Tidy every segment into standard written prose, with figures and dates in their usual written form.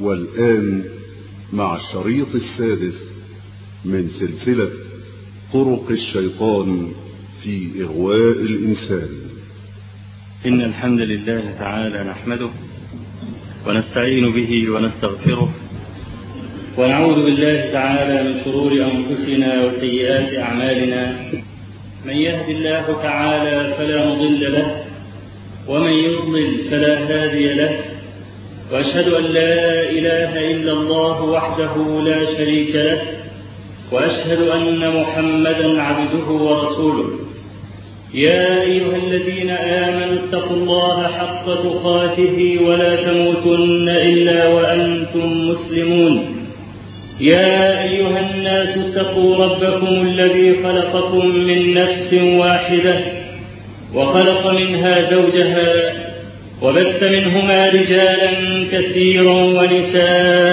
والآن مع الشريط السادس من سلسلة طرق الشيطان في إغواء الإنسان. إن الحمد لله تعالى نحمده ونستعين به ونستغفره ونعوذ بالله تعالى من شرور أنفسنا وسيئات أعمالنا. من يهد الله تعالى فلا مضل له ومن يضلل فلا هادي له، وأشهد أن لا إله إلا الله وحده لا شريك له، وأشهد أن محمدا عبده ورسوله. يا أيها الذين آمنوا اتقوا الله حق تقاته ولا تموتن إلا وأنتم مسلمون. يا أيها الناس اتقوا ربكم الذي خلقكم من نفس واحدة وخلق منها زوجها وبث منهما رجالا كثيرا ونساء،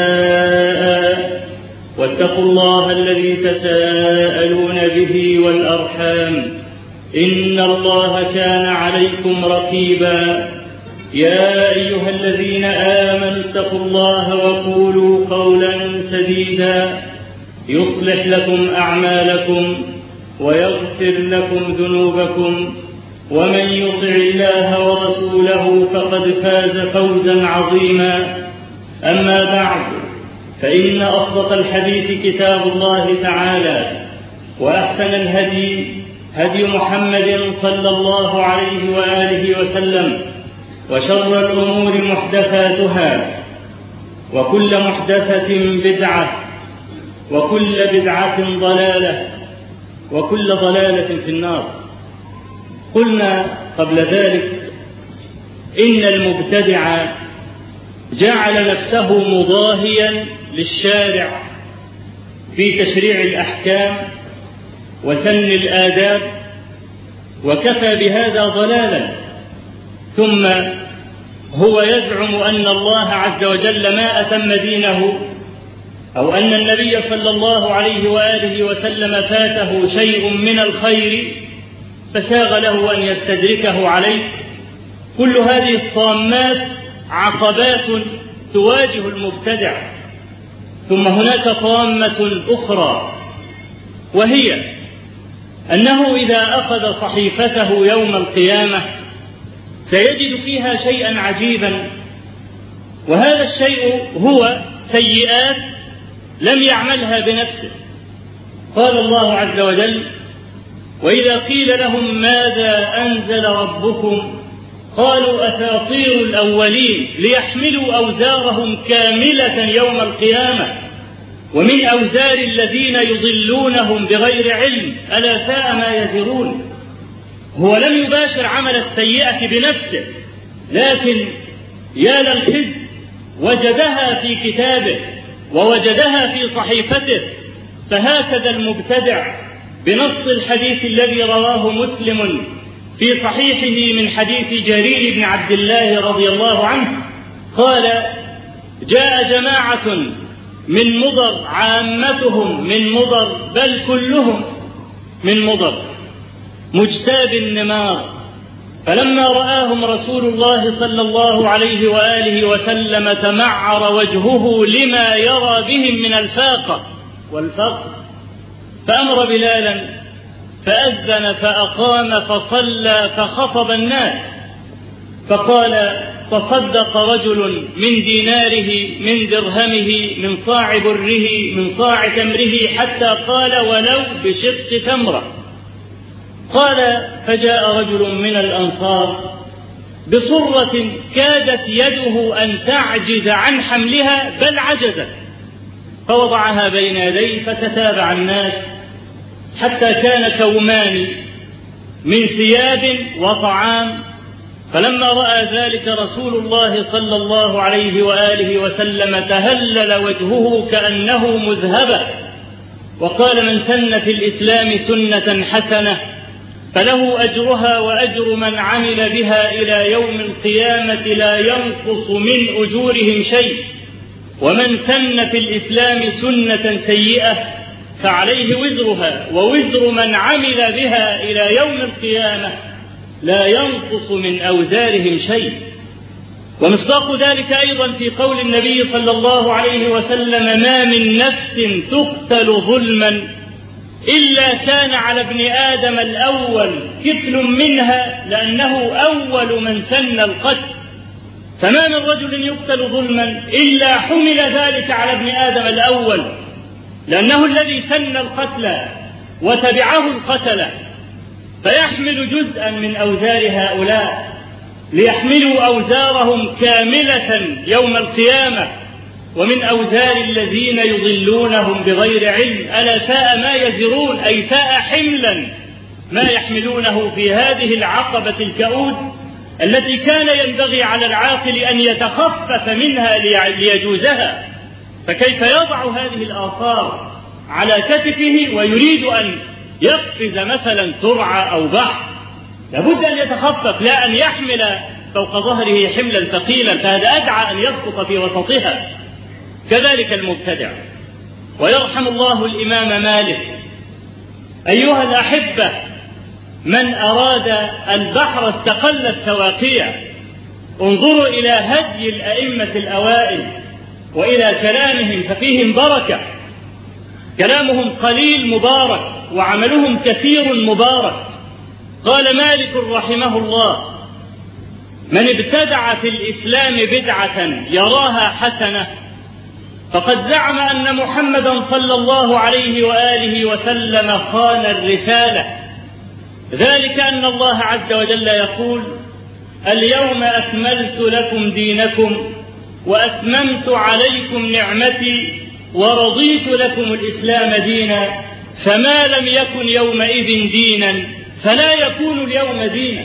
واتقوا الله الذي تساءلون به والأرحام إن الله كان عليكم رقيبا. يا أيها الذين آمنوا اتقوا الله وقولوا قولا سديدا يصلح لكم أعمالكم ويغفر لكم ذنوبكم، ومن يطع الله ورسوله فقد فاز فوزا عظيما. أما بعد، فإن أصدق الحديث كتاب الله تعالى، وأحسن الهدي هدي محمد صلى الله عليه وآله وسلم، وشر الأمور محدثاتها، وكل محدثة بدعة، وكل بدعة ضلالة، وكل ضلالة في النار. قلنا قبل ذلك إن المبتدع جعل نفسه مضاهيا للشارع في تشريع الأحكام وسن الآداب، وكفى بهذا ضلالا. ثم هو يزعم أن الله عز وجل ما أتم دينه، أو أن النبي صلى الله عليه وآله وسلم فاته شيء من الخير فساغ له أن يستدركه عليه. كل هذه الطامات عقبات تواجه المبتدع. ثم هناك طامة أخرى، وهي أنه إذا أخذ صحيفته يوم القيامة سيجد فيها شيئا عجيبا، وهذا الشيء هو سيئات لم يعملها بنفسه. قال الله عز وجل: وإذا قيل لهم ماذا أنزل ربكم قالوا أساطير الأولين ليحملوا أوزارهم كاملة يوم القيامة ومن أوزار الذين يضلونهم بغير علم ألا ساء ما يزرون. هو لم يباشر عمل السيئة بنفسه، لكن يا للخزي وجدها في كتابه ووجدها في صحيفته. فهكذا المبتدع بنص الحديث الذي رواه مسلم في صحيحه من حديث جرير بن عبد الله رضي الله عنه قال: جاء جماعة من مضر، عامتهم من مضر بل كلهم من مضر، مجتاب النمار، فلما رآهم رسول الله صلى الله عليه وآله وسلم تمعر وجهه لما يرى بهم من الفاقة والفقر، فأمر بلالا فأذن فأقام فصلى فخطب الناس، فقال: تصدق رجل من ديناره من درهمه من صاع بره من صاع تمره حتى قال ولو بشق تمرة. قال: فجاء رجل من الأنصار بصرة كادت يده أن تعجز عن حملها بل عجزت، فوضعها بين يديه فتتابع الناس حتى كان كومان من ثياب وطعام. فلما رأى ذلك رسول الله صلى الله عليه وآله وسلم تهلل وجهه كأنه مذهبة، وقال: من سن في الإسلام سنة حسنة فله أجرها وأجر من عمل بها إلى يوم القيامة لا ينقص من أجورهم شيء، ومن سن في الإسلام سنة سيئة فعليه وزرها ووزر من عمل بها إلى يوم القيامة لا ينقص من أوزارهم شيء. ومصداق ذلك أيضا في قول النبي صلى الله عليه وسلم: ما من نفس تقتل ظلما إلا كان على ابن آدم الأول كفل منها، لأنه أول من سن القتل. فما من رجل يقتل ظلما إلا حمل ذلك على ابن آدم الأول، لأنه الذي سن القتل وتبعه القتل، فيحمل جزءا من أوزار هؤلاء ليحملوا أوزارهم كاملة يوم القيامة، ومن أوزار الذين يضلونهم بغير علم. ألا ساء ما يزرون، أي ساء حملا ما يحملونه في هذه العقبة الكؤود التي كان ينبغي على العاقل أن يتخفف منها ليجوزها. فكيف يضع هذه الآثار على كتفه ويريد أن يقفز مثلا ترعى أو بحر؟ لابد أن يتخفف، لا أن يحمل فوق ظهره حملا ثقيلا، فهذا أدعى أن يسقط في وسطها. كذلك المبتدع. ويرحم الله الإمام مالك. أيها الأحبة، من أراد البحر استقل التواقية. انظروا إلى هدي الأئمة الأوائل وإلى كلامهم، ففيهم بركة. كلامهم قليل مبارك وعملهم كثير مبارك. قال مالك رحمه الله: من ابتدع في الإسلام بدعة يراها حسنة فقد زعم أن محمدا صلى الله عليه وآله وسلم خان الرسالة. ذلك أن الله عز وجل يقول: اليوم أكملت لكم دينكم وأتممت عليكم نعمتي ورضيت لكم الإسلام دينا، فما لم يكن يومئذ دينا فلا يكون اليوم دينا.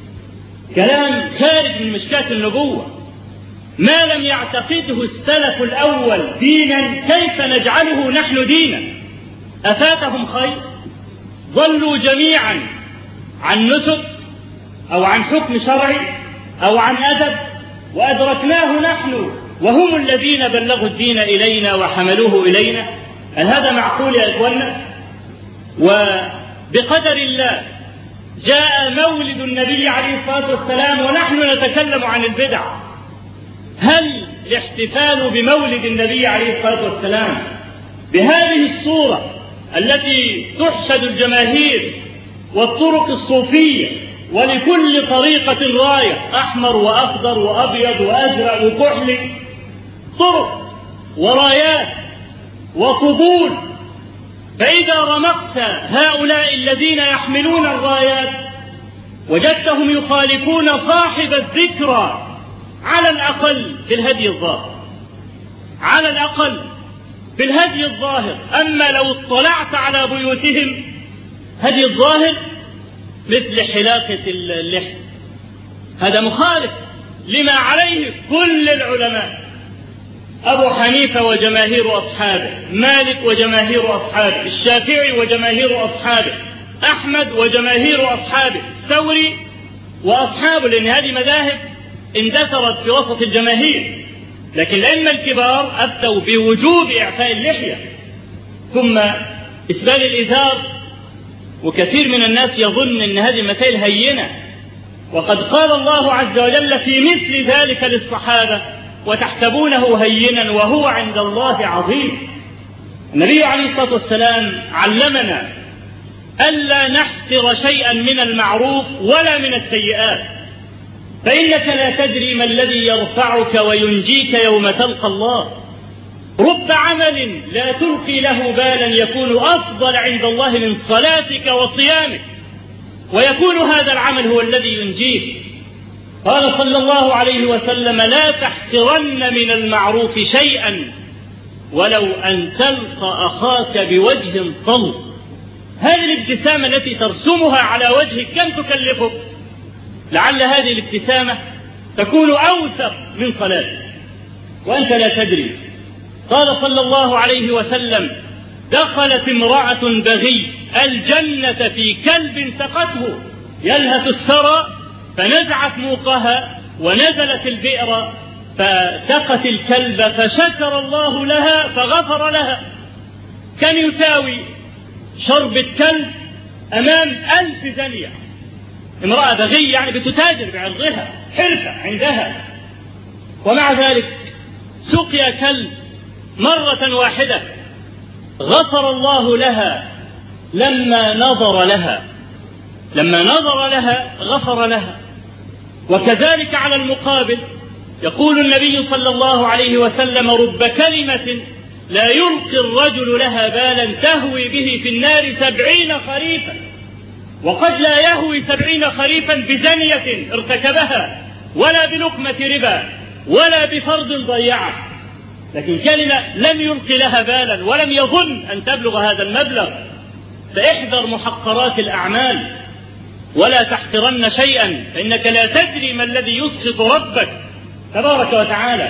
كلام خارج من مشكاة النبوة. ما لم يعتقده السلف الأول دينا كيف نجعله نحن دينا؟ أفاتهم خير؟ ضلوا جميعا عن نسك أو عن حكم شرعي أو عن أدب، وأدركناه نحن وهم الذين بلغوا الدين إلينا وحملوه إلينا. هل هذا معقول يا إخوانا؟ وبقدر الله جاء مولد النبي عليه الصلاة والسلام ونحن نتكلم عن البدع. هل الاحتفال بمولد النبي عليه الصلاة والسلام بهذه الصورة التي تحشد الجماهير والطرق الصوفية ولكل طريقة راية، أحمر وأخضر وأبيض وأزرق وكحلي، طرق ورايات وطبول، فإذا رمقت هؤلاء الذين يحملون الرايات وجدتهم يخالفون صاحب الذكرى على الأقل بالهدي الظاهر، على الأقل بالهدي الظاهر. أما لو اطلعت على بيوتهم هدي الظاهر مثل حلاقة اللحية، هذا مخالف لما عليه كل العلماء: أبو حنيفة وجماهير أصحابه، مالك وجماهير أصحابه، الشافعي وجماهير أصحابه، أحمد وجماهير أصحابه، الثوري وأصحابه، لأن هذه مذاهب اندثرت في وسط الجماهير. لكن الأئمة الكبار أفتوا بوجوب إعفاء اللحية ثم إسبال الإزار. وكثير من الناس يظن أن هذه المسائل هينة، وقد قال الله عز وجل في مثل ذلك للصحابة: وتحسبونه هينا وهو عند الله عظيم. النبي عليه الصلاة والسلام علمنا ألا نحقر شيئا من المعروف ولا من السيئات، فإنك لا تدري ما الذي يرفعك وينجيك يوم تلقى الله. رب عمل لا تلقي له بالا يكون أفضل عند الله من صلاتك وصيامك، ويكون هذا العمل هو الذي ينجيك. قال صلى الله عليه وسلم: لا تحقرن من المعروف شيئا ولو أن تلقى أخاك بوجه طلق. هذه الابتسامة التي ترسمها على وجهك كم تكلفك؟ لعل هذه الابتسامة تكون أوثق من صلاتك وأنت لا تدري. قال صلى الله عليه وسلم: دخلت امرأة بغي الجنة في كلب سقته يلهث الثرى، فنزعت موقها ونزلت البئر فسقت الكلب فشكر الله لها فغفر لها. كان يساوي شرب الكلب أمام 1000 زانية. امرأة بغي يعني بتتاجر بعرضها، حرفة عندها، ومع ذلك سقي كلب مرة واحدة غفر الله لها لما نظر لها غفر لها. وكذلك على المقابل يقول النبي صلى الله عليه وسلم: رب كلمة لا يلقي الرجل لها بالا تهوي به في النار 70 خريفا، وقد لا يهوي 70 خريفا بزنية ارتكبها ولا بلقمة ربا ولا بفرض ضيعه، لكن كلمة لم يلقي لها بالا ولم يظن أن تبلغ هذا المبلغ. فاحذر محقرات الأعمال ولا تحقرن شيئا، فإنك لا تدري ما الذي يسخط ربك تبارك وتعالى.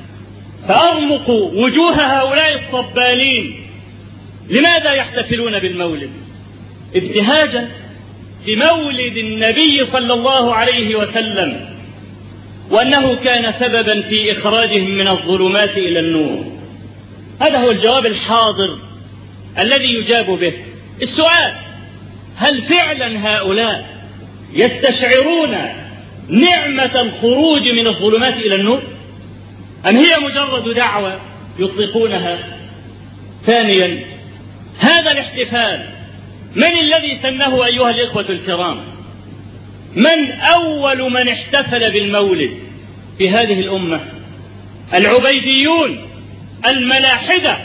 فأرمقوا وجوه هؤلاء الطبالين. لماذا يحتفلون بالمولد؟ ابتهاجا بمولد النبي صلى الله عليه وسلم، وأنه كان سببا في إخراجهم من الظلمات إلى النور. هذا هو الجواب الحاضر الذي يجاب به. السؤال: هل فعلا هؤلاء يستشعرون نعمة الخروج من الظلمات إلى النور، أم هي مجرد دعوة يطلقونها؟ ثانيا، هذا الاحتفال من الذي سنه أيها الإخوة الكرام؟ من أول من احتفل بالمولد في هذه الأمة؟ العبيديون، الملاحدة،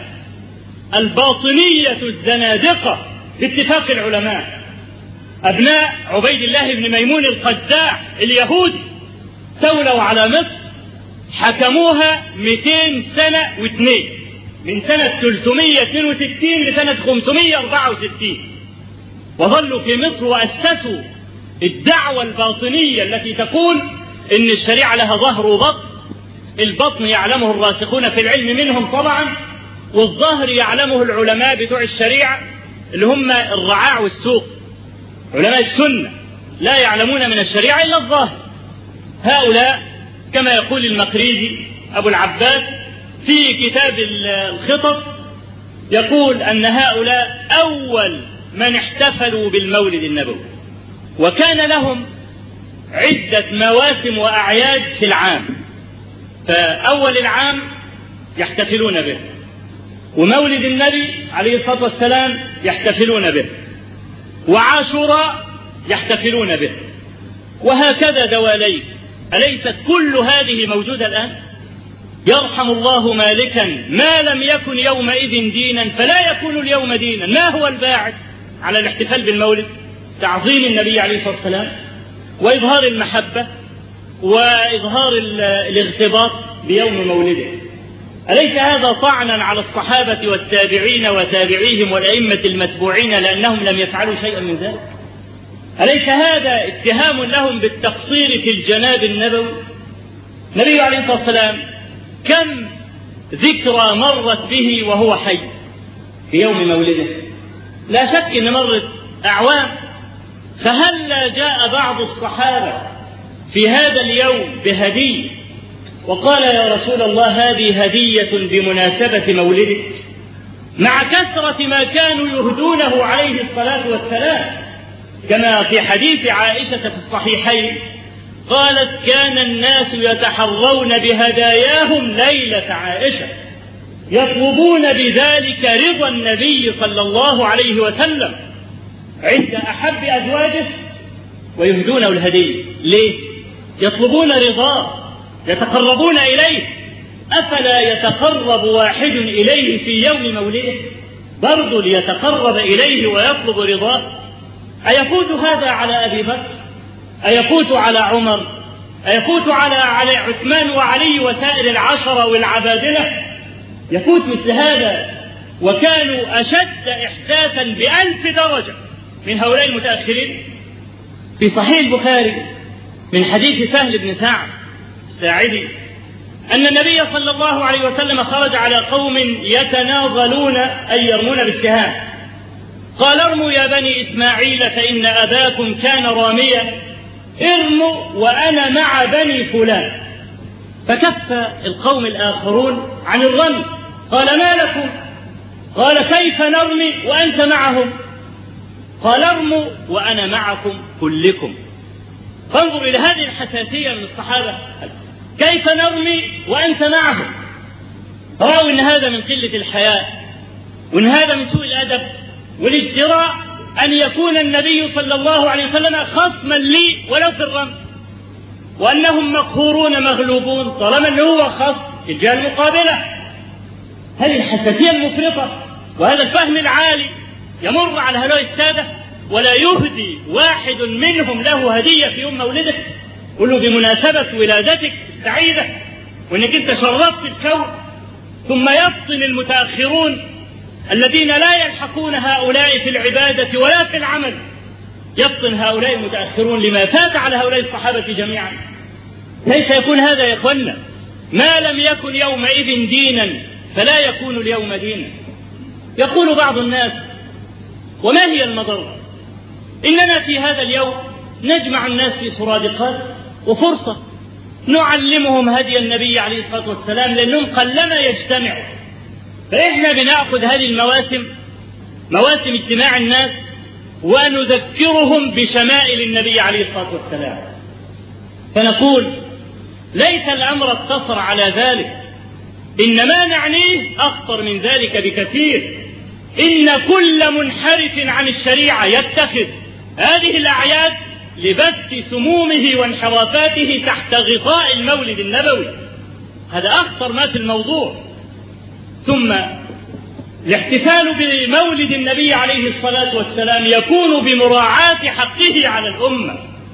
الباطنية الزنادقة باتفاق العلماء، أبناء عبيد الله بن ميمون القداح اليهودي، استولوا على مصر، حكموها 200 سنة واثنين، من سنة 362 لسنة 564، وظلوا في مصر وأسسوا الدعوة الباطنية التي تقول إن الشريعة لها ظهر وبطن. البطن يعلمه الراسخون في العلم منهم طبعا، والظهر يعلمه العلماء بتوع الشريعة اللي هم الرعاع والسوق، علماء السنة لا يعلمون من الشريعة إلا الظاهر. هؤلاء كما يقول المقريزي أبو العباس في كتاب الخطب، يقول أن هؤلاء أول من احتفلوا بالمولد النبوي، وكان لهم عدة مواسم وأعياد في العام. فأول العام يحتفلون به، ومولد النبي عليه الصلاة والسلام يحتفلون به، وعاشوراء يحتفلون به، وهكذا دواليك. أليست كل هذه موجودة الآن؟ يرحم الله مالكا ما لم يكن يومئذ دينا فلا يكون اليوم دينا. ما هو الباعث على الاحتفال بالمولد؟ تعظيم النبي عليه الصلاة والسلام، وإظهار المحبة، وإظهار الاغتباط بيوم مولده. أليس هذا طعنا على الصحابة والتابعين وتابعيهم والأئمة المتبوعين لأنهم لم يفعلوا شيئا من ذلك؟ أليس هذا اتهام لهم بالتقصير في الجناب النبوي؟ النبي عليه الصلاة والسلام كم ذكرى مرت به وهو حي في يوم مولده؟ لا شك أن مرت أعوام. فهلا جاء بعض الصحابة في هذا اليوم بهدية وقال: يا رسول الله، هذه هدية بمناسبة مولدك، مع كثرة ما كانوا يهدونه عليه الصلاة والسلام، كما في حديث عائشة في الصحيحين قالت: كان الناس يتحرون بهداياهم ليلة عائشة، يطلبون بذلك رضا النبي صلى الله عليه وسلم عند أحب أزواجه ويهدونه الهدية. ليه؟ يطلبون رضاه، يتقربون إليه. أفلا يتقرب واحد إليه في يوم مولده برضو ليتقرب إليه ويطلب رضاه؟ أيفوت هذا على أبي بكر؟ أيفوت على عمر؟ أيفوت على عثمان وعلي وسائر العشرة والعبادلة؟ يفوت مثل هذا، وكانوا أشد إحساسا ب1000 درجة من هؤلاء المتأخرين. في صحيح البخاري من حديث سهل بن سعد الساعدي أن النبي صلى الله عليه وسلم خرج على قوم يتناضلون أي يرمون بالسهام، قال: ارموا يا بني إسماعيل فإن أباكم كان راميا، ارموا وأنا مع بني فلان. فكف القوم الآخرون عن الرمي. قال: ما لكم؟ قال: كيف نرمي وأنت معهم؟ قال: ارموا وأنا معكم كلكم. فانظر إلى هذه الحساسية من الصحابة. كيف نرمي وأنت معهم؟ رأوا إن هذا من قلة الحياء، وإن هذا من سوء الأدب والاجتراء أن يكون النبي صلى الله عليه وسلم خصما لي ولو في الرمي، وأنهم مقهورون مغلوبون طالما أنه هو خصم الجهة المقابلة. هذه الحساسية المفرطة وهذا الفهم العالي يمر على هؤلاء السادة، ولا يهدي واحد منهم له هدية في يوم مولدك، قل له بمناسبة ولادتك السعيدة وأنك أنت شرفت الكون. ثم يفطن المتأخرون الذين لا يلحقون هؤلاء في العبادة ولا في العمل، يفطن هؤلاء المتأخرون لما فات على هؤلاء الصحابة جميعا. كيف يكون هذا يا إخوانا؟ ما لم يكن يومئذ دينا فلا يكون اليوم دينا. يقول بعض الناس: وما هي المضرة؟ إننا في هذا اليوم نجمع الناس في سرادقات وفرصة نعلمهم هدي النبي عليه الصلاة والسلام، لأنهم قلما يجتمعوا، فإحنا بنأخذ هذه المواسم، مواسم اجتماع الناس، ونذكرهم بشمائل النبي عليه الصلاة والسلام. فنقول: ليس الأمر اقتصر على ذلك، إنما نعنيه أخطر من ذلك بكثير. إن كل منحرف عن الشريعة يتخذ هذه الأعياد لبث سمومه وانحرافاته تحت غطاء المولد النبوي. هذا أخطر ما في الموضوع. ثم الاحتفال بمولد النبي عليه الصلاة والسلام يكون بمراعاة حقه على الأمة،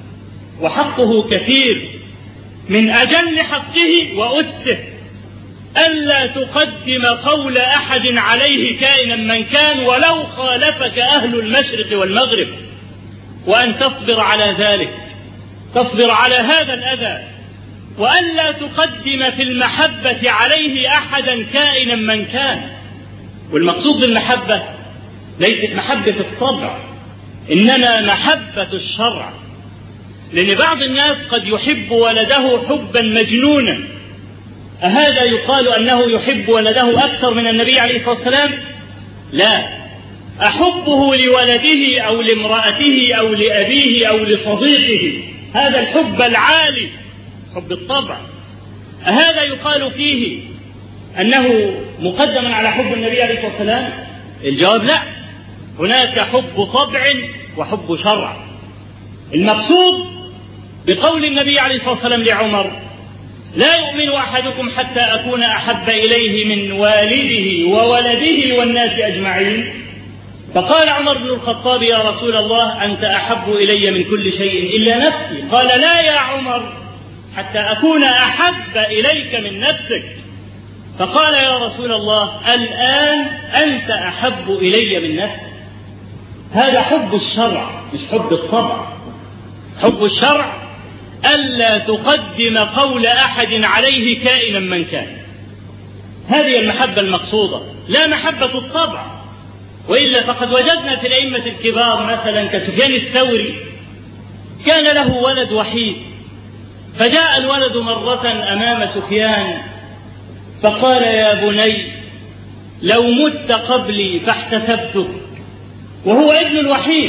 وحقه كثير، من أجل حقه وأسه ألا تقدم قول أحد عليه كائنا من كان ولو خالفك أهل المشرق والمغرب، وأن تصبر على ذلك، تصبر على هذا الأذى، وألا تقدم في المحبة عليه أحدا كائنا من كان. والمقصود بالمحبة ليست محبة الطبع، إنما محبة الشرع. لأن بعض الناس قد يحب ولده حبا مجنونا، أهذا يقال أنه يحب ولده أكثر من النبي عليه الصلاة والسلام؟ لا، أحبه لولده أو لامرأته أو لأبيه أو لصديقه، هذا الحب العالي، حب الطبع، أهذا يقال فيه أنه مقدم على حب النبي عليه الصلاة والسلام؟ الجواب لا، هناك حب طبع وحب شرع. المقصود بقول النبي عليه الصلاة والسلام لعمر: لا يؤمن أحدكم حتى أكون أحب إليه من والده وولده والناس أجمعين. فقال عمر بن الخطاب: يا رسول الله، أنت أحب إلي من كل شيء إلا نفسي. قال: لا يا عمر، حتى أكون أحب إليك من نفسك. فقال: يا رسول الله، الآن أنت أحب إلي من نفسك. هذا حب الشرع مش حب الطبع. حب الشرع ألا تقدم قول أحد عليه كائنا من كان، هذه المحبة المقصودة، لا محبة الطبع. وإلا فقد وجدنا في الأئمة الكبار مثلا كسفيان الثوري، كان له ولد وحيد، فجاء الولد مرة أمام سفيان فقال: يا بني، لو مت قبلي فاحتسبتك. وهو ابن الوحيد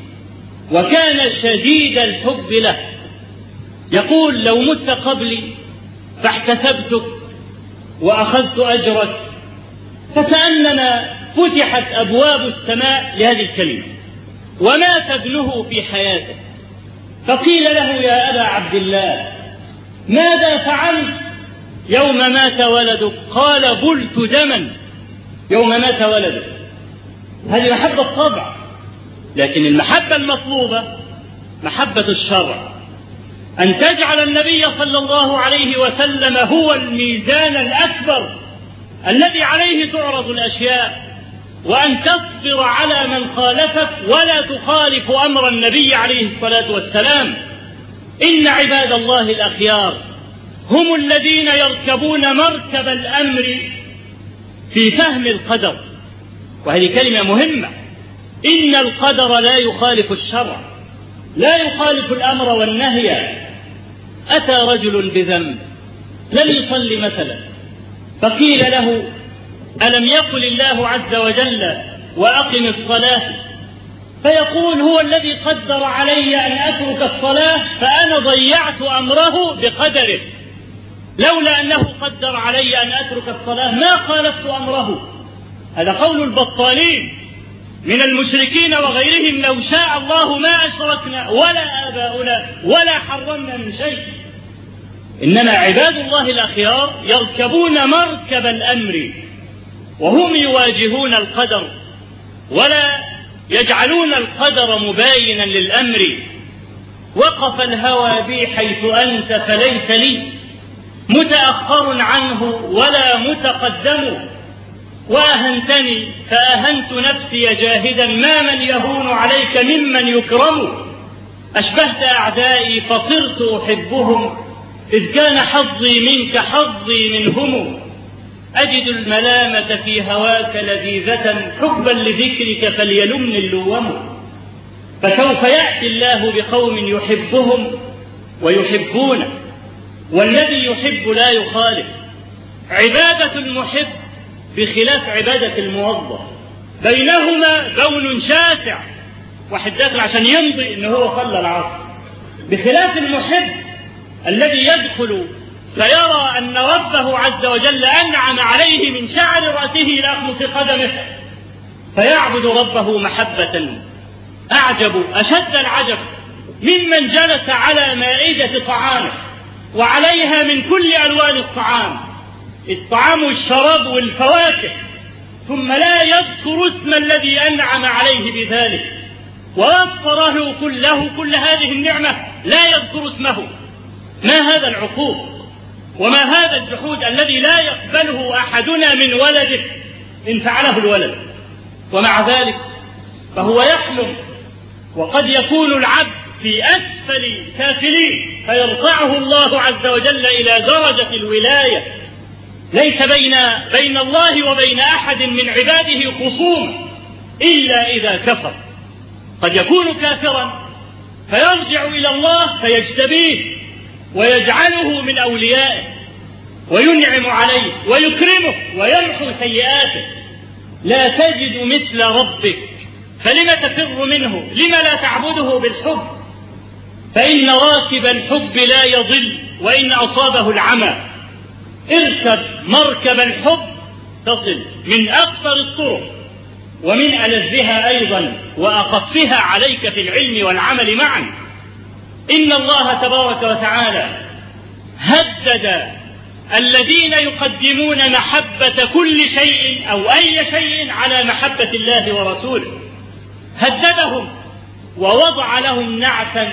وكان شديد الحب له، يقول: لو مت قبلي فاحتسبتك وأخذت أجرك. فكأنما فتحت أبواب السماء لهذه الكلمة. ومات ابنه في حياته، فقيل له: يا أبا عبد الله، ماذا فعلت يوم مات ولدك؟ قال: بلت دما يوم مات ولدك. هذه محبة الطبع، لكن المحبة المطلوبة محبة الشرع، أن تجعل النبي صلى الله عليه وسلم هو الميزان الأكبر الذي عليه تعرض الأشياء، وأن تصبر على من خالفك ولا تخالف أمر النبي عليه الصلاة والسلام. إن عباد الله الأخيار هم الذين يركبون مركب الأمر في فهم القدر، وهذه كلمة مهمة. إن القدر لا يخالف الشرع، لا يخالف الأمر والنهي. أتى رجل بذنب لم يصلي مثلا، فقيل له: ألم يقل الله عز وجل وأقم الصلاة؟ فيقول: هو الذي قدر علي أن أترك الصلاة، فأنا ضيعت أمره بقدره. لولا أنه قدر علي أن أترك الصلاة ما خالفت أمره. هذا قول البطالين من المشركين وغيرهم: لو شاء الله ما أشركنا ولا آباؤنا ولا حرمنا من شيء. إنما عباد الله الأخيار يركبون مركب الأمر وهم يواجهون القدر ولا يجعلون القدر مباينا للأمر. وقف الهوى بي حيث أنت فليس لي متأخر عنه ولا متقدم، وأهنتني فأهنت نفسي جاهدا ما من يهون عليك ممن يكرم. أشبهت أعدائي فصرت أحبهم إذ كان حظي منك حظي منهم. أجد الملامة في هواك لذيذة حبا لذكرك فليلمني اللوم. فسوف يأتي الله بقوم يحبهم ويحبونه، والذي يحب لا يخالف. عبادة المحب بخلاف عبادة الموظف، بينهما بون شاسع. واحد داخل عشان يمضي إنه هو صلى العصر، بخلاف المحب الذي يدخل فيرى أن ربه عز وجل أنعم عليه من شعر رأسه إلى أخمص قدمه فيعبد ربه محبة. أعجب أشد العجب ممن جلس على مائدة طعامه وعليها من كل ألوان الطعام والشراب والفواكه، ثم لا يذكر اسم الذي أنعم عليه بذلك ووفره كل هذه النعمة لا يذكر اسمه. ما هذا العقوق وما هذا الجحود الذي لا يقبله أحدنا من ولده إن فعله الولد؟ ومع ذلك فهو يحلم، وقد يكون العبد في أسفل سافلين فيرفعه الله عز وجل إلى درجة الولاية. ليس بين الله وبين أحد من عباده خصوم إلا إذا كفر. قد يكون كافرا فيرجع إلى الله فيجتبيه ويجعله من أوليائه وينعم عليه ويكرمه ويمحو سيئاته. لا تجد مثل ربك فلم تفر منه؟ لم لا تعبده بالحب؟ فإن راكب الحب لا يضل وإن أصابه العمى. اركب مركب الحب تصل من أكثر الطرق ومن ألذها أيضا وأخفها عليك في العلم والعمل معا. إن الله تبارك وتعالى هدد الذين يقدمون محبة كل شيء أو أي شيء على محبة الله ورسوله، هددهم ووضع لهم نعتا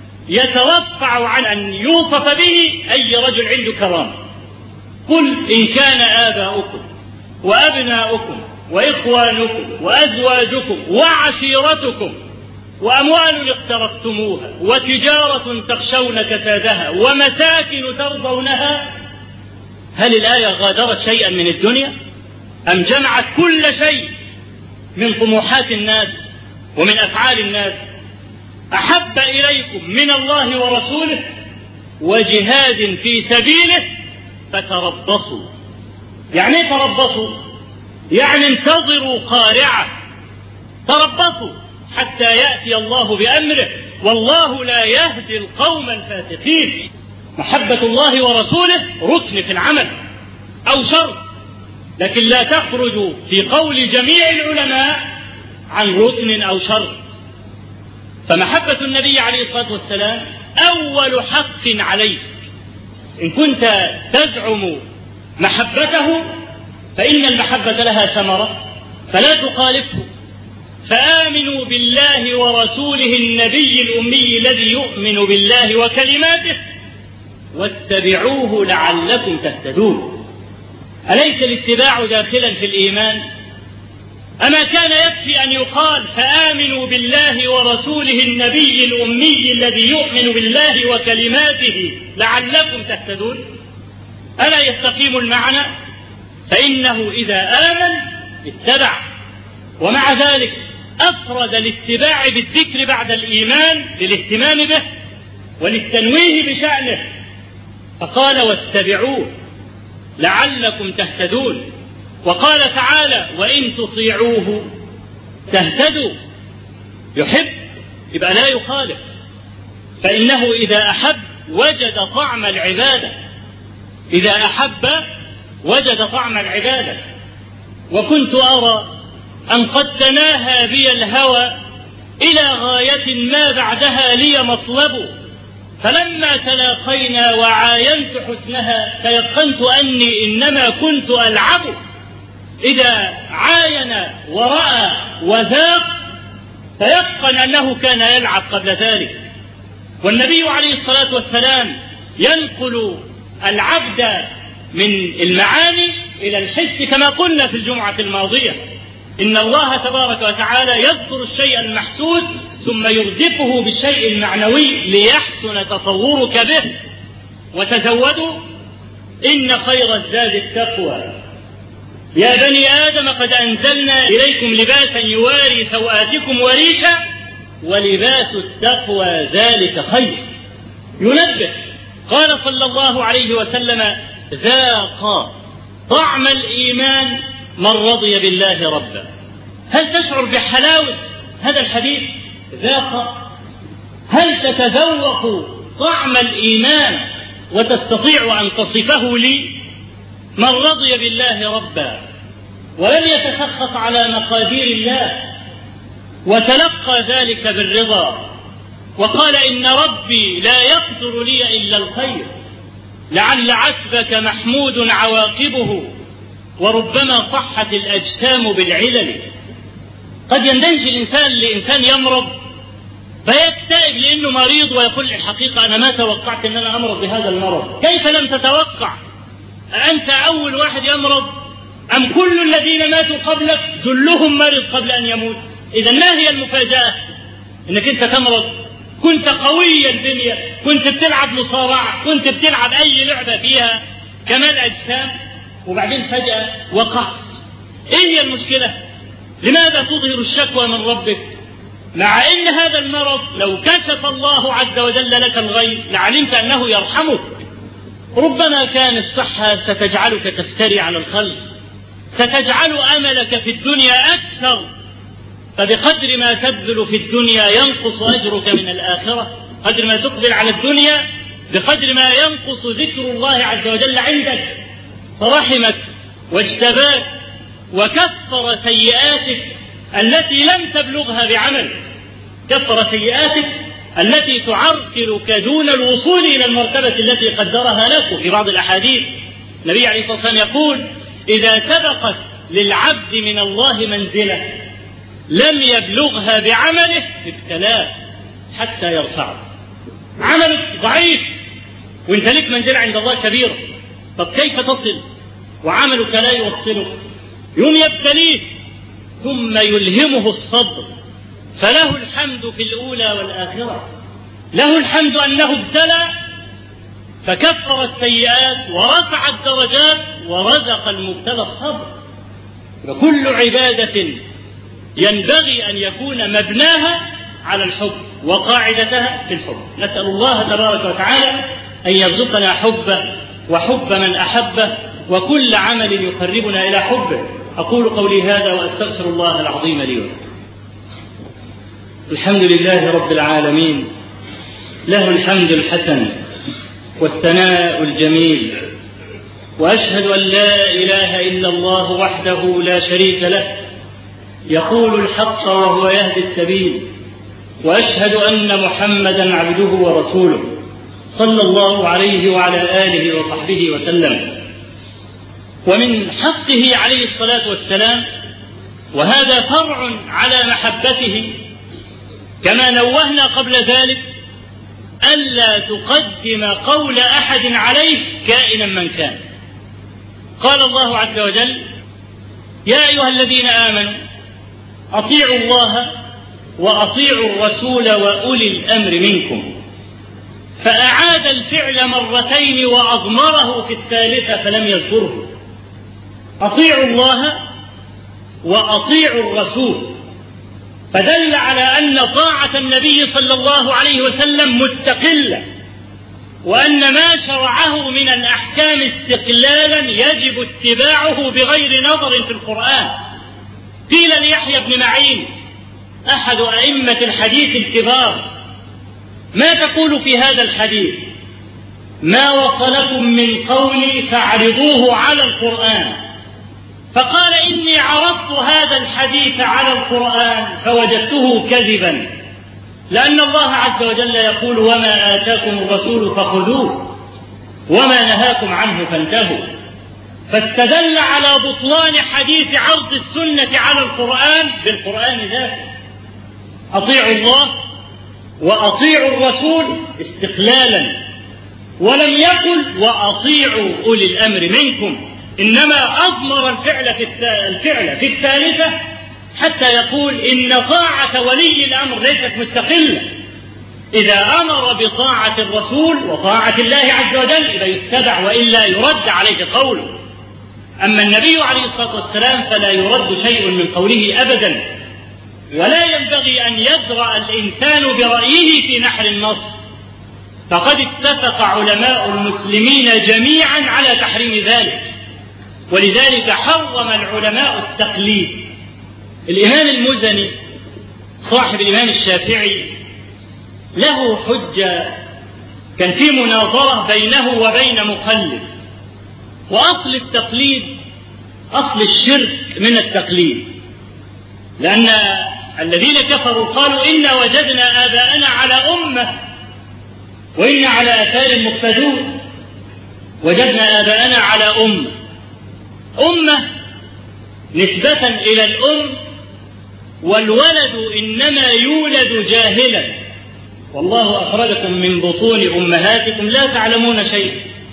يترفع عن أن يوصف به أي رجل عنده كرامة. قل إن كان آباؤكم وأبناؤكم وإخوانكم وأزواجكم وعشيرتكم وأموال اقترفتموها وتجارة تخشون كسادها ومساكن ترضونها. هل الآية غادرت شيئا من الدنيا أم جمعت كل شيء من طموحات الناس ومن أفعال الناس؟ أحب إليكم من الله ورسوله وجهاد في سبيله فتربصوا. يعني تربصوا يعني انتظروا قارعة، تربصوا حتى يأتي الله بأمره، والله لا يهدي القوم الفاسقين. محبة الله ورسوله ركن في العمل أو شرط، لكن لا تخرج في قول جميع العلماء عن ركن أو شرط. فمحبة النبي عليه الصلاة والسلام أول حق عليك. إن كنت تزعم محبته فإن المحبة لها ثمرة فلا تخالفه. فآمنوا بالله ورسوله النبي الأمي الذي يؤمن بالله وكلماته واتبعوه لعلكم تهتدون. أليس الاتباع داخلا في الإيمان؟ أما كان يكفي أن يقال فآمنوا بالله ورسوله النبي الأمي الذي يؤمن بالله وكلماته لعلكم تهتدون؟ ألا يستقيم المعنى؟ فإنه إذا آمن اتبع. ومع ذلك أفرد الاتباع بالذكر بعد الإيمان للاهتمام به وللتنويه بشأنه، فقال واتبعوه لعلكم تهتدون. وقال تعالى وإن تطيعوه تهتدوا. يحب يبقى لا يخالف، فإنه إذا أحب وجد طعم العبادة. إذا أحب وجد طعم العبادة. وكنت أرى أن قد تناهى بي الهوى إلى غاية ما بعدها لي مطلب، فلما تلاقينا وعاينت حسنها تيقنت أني إنما كنت ألعب. إذا عاين ورأى وذاق تيقن أنه كان يلعب قبل ذلك. والنبي عليه الصلاة والسلام ينقل العبد من المعاني إلى الحس كما قلنا في الجمعة الماضية. إن الله تبارك وتعالى يذكر الشيء المحسوس ثم يردفه بالشيء المعنوي ليحسن تصورك به. وتزودوا إن خير الزاد التقوى. يا بني آدم قد أنزلنا إليكم لباسا يواري سوآتكم وريشا ولباس التقوى ذلك خير. ينبه قال صلى الله عليه وسلم ذاق طعم الإيمان من رضي بالله ربا. هل تشعر بحلاوة هذا الحديث؟ ذاق. هل تتذوق طعم الإيمان وتستطيع أن تصفه لي؟ من رضي بالله ربا ولم يتسخط على مقادير الله وتلقى ذلك بالرضا وقال إن ربي لا يقدر لي إلا الخير، لعل عتبك محمود عواقبه وربما صحت الأجسام بالعلل. قد يندهش الإنسان لإنسان يمرض فيكتئب لأنه مريض ويقول الحقيقة أنا ما توقعت أن أنا أمرض بهذا المرض. كيف لم تتوقع؟ أنت أول واحد يمرض أم كل الذين ماتوا قبلك جلهم مرض قبل أن يموت؟ إذا ما هي المفاجأة؟ إنك أنت تمرض. كنت قوي البنية، كنت بتلعب مصارعة، كنت بتلعب أي لعبة فيها كمال أجسام، وبعدين فجأة وقعت. إيه هي المشكلة؟ لماذا تظهر الشكوى من ربك؟ مع أن هذا المرض لو كشف الله عز وجل لك الغيب لعلمت أنه يرحمك. ربما كان الصحة ستجعلك تفتري على الخلق، ستجعل أملك في الدنيا أكثر، فبقدر ما تبذل في الدنيا ينقص أجرك من الآخرة. قدر ما تقبل على الدنيا بقدر ما ينقص ذكر الله عز وجل عندك. فرحمك واجتباك وكفر سيئاتك التي لم تبلغها بعمل، كفر سيئاتك التي تعرقلك دون الوصول إلى المرتبة التي قدرها لك. في بعض الأحاديث النبي عليه الصلاة والسلام يقول إذا سبقت للعبد من الله منزلة لم يبلغها بعمله ابتلاه حتى يرفعه. عملك ضعيف وانت لك منزلة عند الله كبيرة، طب كيف تصل وعملك لا يوصلك؟ يوم يبتليه ثم يلهمه الصبر، فله الحمد في الأولى والآخرة. له الحمد أنه ابتلى فكفر السيئات ورفع الدرجات ورزق المبتلى الصبر. وكل عبادة ينبغي أن يكون مبناها على الحب وقاعدتها في الحب. نسأل الله تبارك وتعالى أن يرزقنا حبه وحب من أحبه وكل عمل يقربنا إلى حبه. أقول قولي هذا وأستغفر الله العظيم لي ولكم. الحمد لله رب العالمين، له الحمد الحسن والثناء الجميل، وأشهد أن لا إله إلا الله وحده لا شريك له يقول الحق وهو يهدي السبيل، وأشهد أن محمدا عبده ورسوله صلى الله عليه وعلى آله وصحبه وسلم. ومن حقه عليه الصلاة والسلام، وهذا فرع على محبته كما نوهنا قبل ذلك، ألا تقدم قول أحد عليه كائنا من كان. قال الله عز وجل يا أيها الذين آمنوا أطيعوا الله وأطيعوا الرسول وأولي الأمر منكم، فأعاد الفعل مرتين وأضمره في الثالثة فلم يذكره. أطيعوا الله وأطيعوا الرسول، فدل على أن طاعة النبي صلى الله عليه وسلم مستقلة، وأن ما شرعه من الأحكام استقلالا يجب اتباعه بغير نظر في القرآن. قيل ليحيى بن معين أحد أئمة الحديث الكبار ما تقول في هذا الحديث؟ ما وصلكم من قولي فاعرضوه على القرآن. فقال إني عرضت هذا الحديث على القرآن فوجدته كذبا، لأن الله عز وجل يقول وما آتاكم الرسول فخذوه وما نهاكم عنه فانتهوا. فاستدل على بطلان حديث عرض السنة على القرآن بالقرآن ذاته. أطيعوا الله وأطيعوا الرسول استقلالا، ولم يقل وأطيعوا أولي الأمر منكم، إنما أضمر الفعل في الثالثة حتى يقول إن طاعة ولي الأمر ليست مستقلة. إذا أمر بطاعة الرسول وطاعة الله عز وجل إذا يتبع، وإلا يرد عليه قوله. أما النبي عليه الصلاة والسلام فلا يرد شيء من قوله أبدا، ولا ينبغي أن يجرأ الإنسان برأيه في نحر النص، فقد اتفق علماء المسلمين جميعا على تحريم ذلك، ولذلك حرم العلماء التقليد. الإمام المزني صاحب الإمام الشافعي له حجة، كان في مناظرة بينه وبين مقلد، وأصل التقليد أصل الشرك من التقليد، لأن الذين كفروا قالوا إنا وجدنا آباءنا على أمة وإنا على آثار مقتدون. وجدنا آباءنا على أمة نسبة إلى الأم، والولد إنما يولد جاهلا، والله أخرجكم من بطون أمهاتكم لا تعلمون شيئا.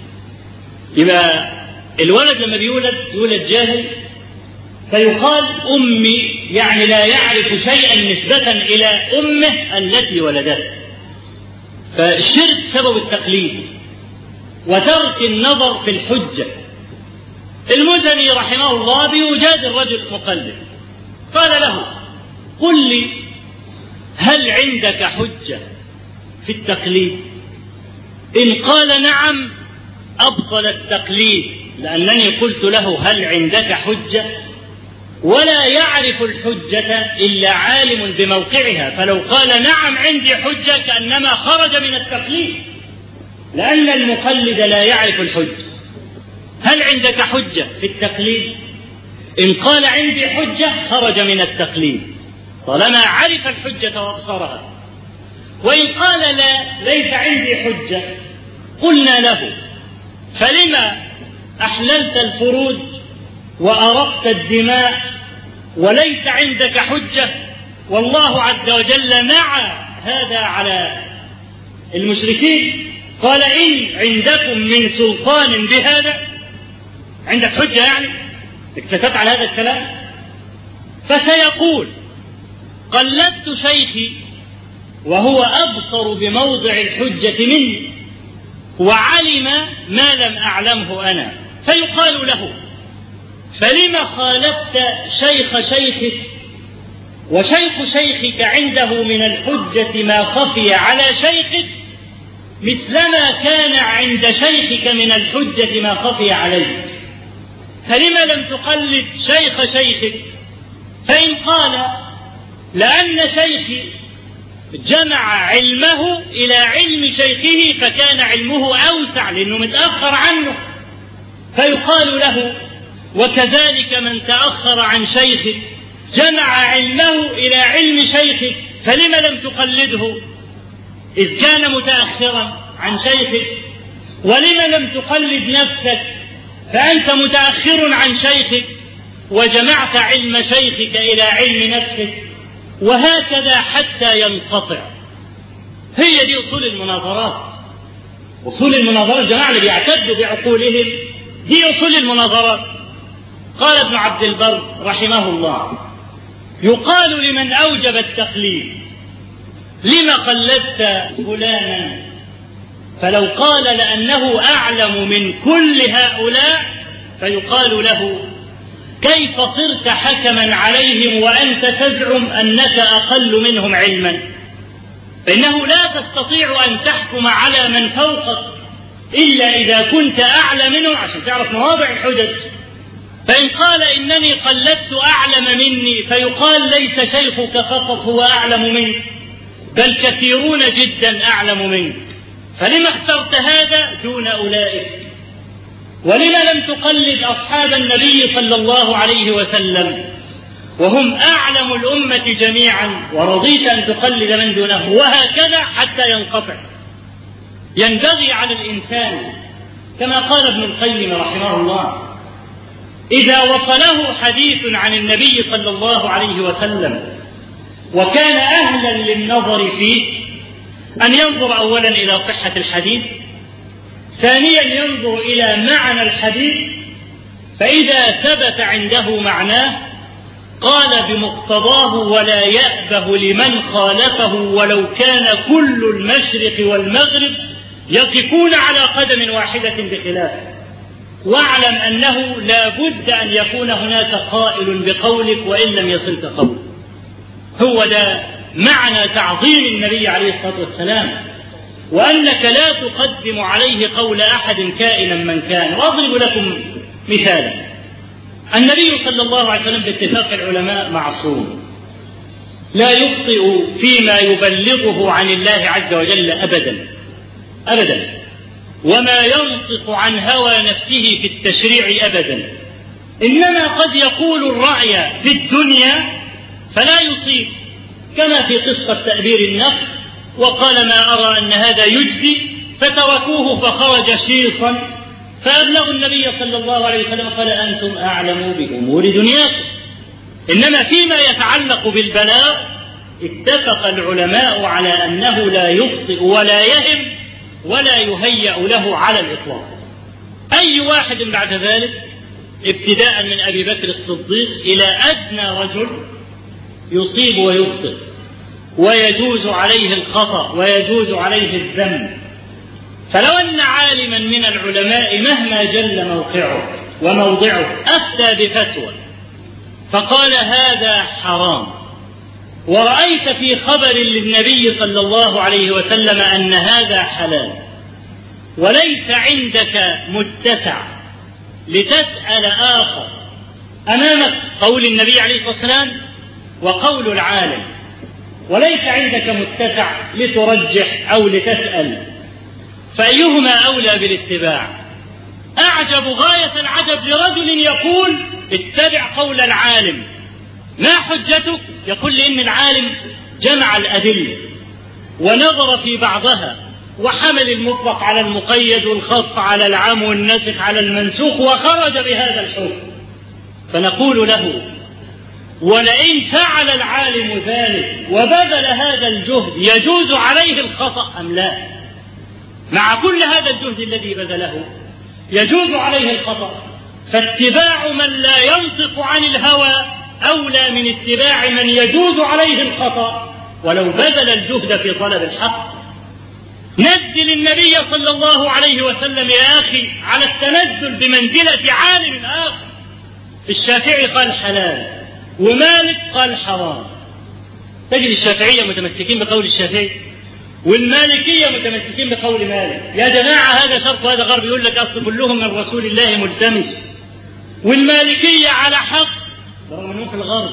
يبقى الولد لما يولد جاهل، فيقال أمي، يعني لا يعرف شيئا نسبة إلى أمه التي ولدته. فالشرك سبب التقليد وترك النظر في الحجة. المزني رحمه الله بيجادل الرجل المقلد، قال له قل لي هل عندك حجة في التقليد؟ إن قال نعم أبطل التقليد، لأنني قلت له هل عندك حجة؟ ولا يعرف الحجة إلا عالم بموقعها، فلو قال نعم عندي حجة كأنما خرج من التقليد، لأن المقلد لا يعرف الحجة. هل عندك حجة في التقليد؟ إن قال عندي حجة خرج من التقليد طالما عرف الحجة وابصرها. وإن قال لا ليس عندي حجة، قلنا له فلما أحللت الفروج وأرقت الدماء وليس عندك حجة؟ والله عز وجل نعى هذا على المشركين، قال إن عندكم من سلطان بهذا، عندك حجة يعني اكتفت على هذا الكلام؟ فسيقول قلدت شيخي وهو أبصر بموضع الحجة مني وعلم ما لم أعلمه أنا، فيقال له فلما خالفت شيخ شيخك وشيخ شيخك عنده من الحجة ما خفي على شيخك مثلما كان عند شيخك من الحجة ما خفي عليك، فلما لم تقلد شيخ شيخك؟ فإن قال لأن شيخي جمع علمه إلى علم شيخه فكان علمه أوسع لأنه متأخر عنه، فيقال له وكذلك من تأخر عن شيخه جمع علمه إلى علم شيخه فلما لم تقلده إذ كان متأخرا عن شيخك؟ ولما لم تقلد نفسك فأنت متأخر عن شيخك وجمعت علم شيخك إلى علم نفسك؟ وهكذا حتى ينقطع. هي دي أصول المناظرات. أصول المناظرات جماعة اللي بيعتدوا بعقولهم دي أصول المناظرات. قال ابن عبد البر رحمه الله يقال لمن أوجب التقليد لما قلدت فلانا؟ فلو قال لأنه أعلم من كل هؤلاء فيقال له كيف صرت حكما عليهم وأنت تزعم أنك أقل منهم علما؟ فإنه لا تستطيع أن تحكم على من فوقك إلا إذا كنت أعلى منهم عشان تعرف مواضع الحجج. فإن قال إنني قلدت أعلم مني فيقال ليس شيخك فقط هو أعلم منك، بل كثيرون جدا أعلم منك. فلما اخترت هذا دون أولئك؟ ولما لم تقلد أصحاب النبي صلى الله عليه وسلم وهم أعلم الأمة جميعا ورضيت أن تقلد من دونه؟ وهكذا حتى ينقطع. ينبغي على الإنسان كما قال ابن القيم رحمه الله: إذا وصله حديث عن النبي صلى الله عليه وسلم وكان أهلا للنظر فيه، أن ينظر أولا إلى صحة الحديث، ثانيا ينظر إلى معنى الحديث، فإذا ثبت عنده معناه قال بمقتضاه ولا يأبه لمن خالفه ولو كان كل المشرق والمغرب يقفون على قدم واحدة بخلافه. واعلم أنه لا بد أن يكون هناك قائل بقولك وإن لم يصلك قول. هو ده معنى تعظيم النبي عليه الصلاة والسلام، وأنك لا تقدم عليه قول أحد كائنا من كان. وأضرب لكم مثالا: النبي صلى الله عليه وسلم باتفاق العلماء معصوم، لا يخطئ فيما يبلغه عن الله عز وجل أبدا أبدا، وما ينطق عن هوى نفسه في التشريع أبدا، إنما قد يقول الرأي في الدنيا فلا يصيب، كما في قصة تأبير النخل، وقال ما أرى أن هذا يجدي، فتركوه فخرج شيصا فأبلغوا النبي صلى الله عليه وسلم قال أنتم أعلموا بأمور دنياكم. إنما فيما يتعلق بالبلاغ اتفق العلماء على أنه لا يخطئ ولا يهم ولا يهيأ له على الإطلاق. أي واحد بعد ذلك ابتداء من أبي بكر الصديق إلى أدنى رجل يصيب ويخطئ، ويجوز عليه الخطأ ويجوز عليه الذنب. فلو أن عالما من العلماء مهما جل موقعه وموضعه أفتى بفتوى فقال هذا حرام، ورأيت في خبر للنبي صلى الله عليه وسلم أن هذا حلال، وليس عندك متسع لتسأل آخر أمامك قول النبي عليه الصلاة والسلام وقول العالم، وليس عندك متسع لترجح أو لتسأل، فأيهما أولى بالاتباع؟ أعجب غاية العجب لرجل يقول اتبع قول العالم. ما حجتك؟ يقول لإن العالم جمع الأدلة ونظر في بعضها وحمل المطلق على المقيد والخاص على العام والنسخ على المنسوخ وخرج بهذا الحكم. فنقول له ولئن فعل العالم ذلك وبذل هذا الجهد يجوز عليه الخطأ أم لا؟ مع كل هذا الجهد الذي بذله يجوز عليه الخطأ. فاتباع من لا ينطق عن الهوى أولى من اتباع من يجوز عليه الخطأ ولو بذل الجهد في طلب الحق. نزل النبي صلى الله عليه وسلم يا أخي على التنزل بمنزلة عالم آخر. الشافعي قال حلال ومالك قال حرام. تجد الشافعية متمسكين بقول الشافعي والمالكية متمسكين بقول مالك. يا جماعة هذا شرط وهذا غرب، يقول لك أصل كلهم من رسول الله ملتمس. والمالكية على حق برغم أنهم في الغرب،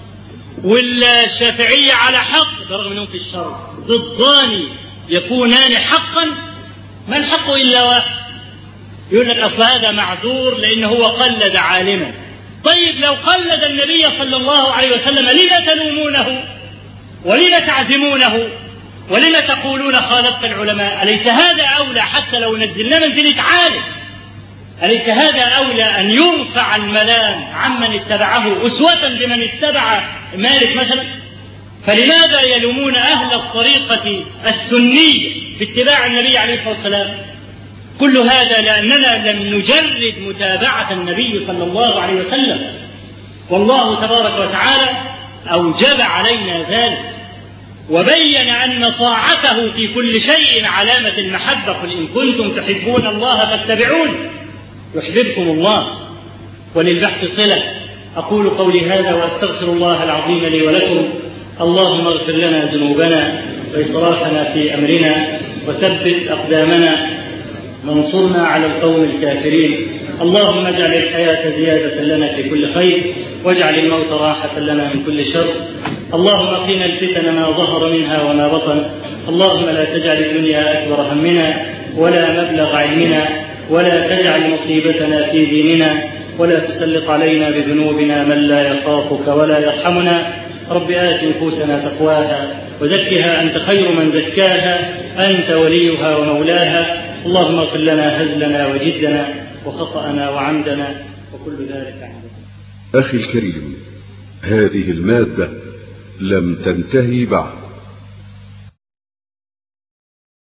والشافعية على حق برغم أنهم في الشرق. ضدان يكونان حقا، ما الحق إلا واحد. يقول لك أصل هذا معذور لأنه هو قلد عالما. طيب لو قلد النبي صلى الله عليه وسلم لما تلومونه ولما تعزمونه ولما تقولون خالفت العلماء؟ أليس هذا أولى حتى لو نزلنا منزلة عالم؟ أليس هذا أولى أن يرفع الملام عمن اتبعه أسوة بمن اتبع مالك مثلا؟ فلماذا يلومون أهل الطريقة السنية في اتباع النبي عليه الصلاة والسلام؟ كل هذا لأننا لم نجرد متابعة النبي صلى الله عليه وسلم، والله تبارك وتعالى أوجب علينا ذلك وبين أن طاعته في كل شيء علامة المحبة. قل إن كنتم تحبون الله فاتبعون يحببكم الله. وللبحث صلة. أقول قولي هذا وأستغفر الله العظيم لي ولكم. اللهم اغفر لنا ذنوبنا وإسرافنا في أمرنا وثبت أقدامنا وانصرنا على القوم الكافرين. اللهم اجعل الحياة زيادة لنا في كل خير واجعل الموت راحة لنا من كل شر. اللهم قنا الفتن ما ظهر منها وما بطن. اللهم لا تجعل الدنيا أكبر همنا ولا مبلغ علمنا، ولا تجعل مصيبتنا في ديننا، ولا تسلط علينا بذنوبنا من لا يخافك ولا يرحمنا. رب آت نفوسنا تقواها وزكها أنت خير من زكاها، أنت وليها ومولاها. اللهم اغفر لنا هزلنا وجدنا وخطأنا وعمدنا وكل ذلك عندنا. أخي الكريم، هذه المادة لم تنتهي بعد،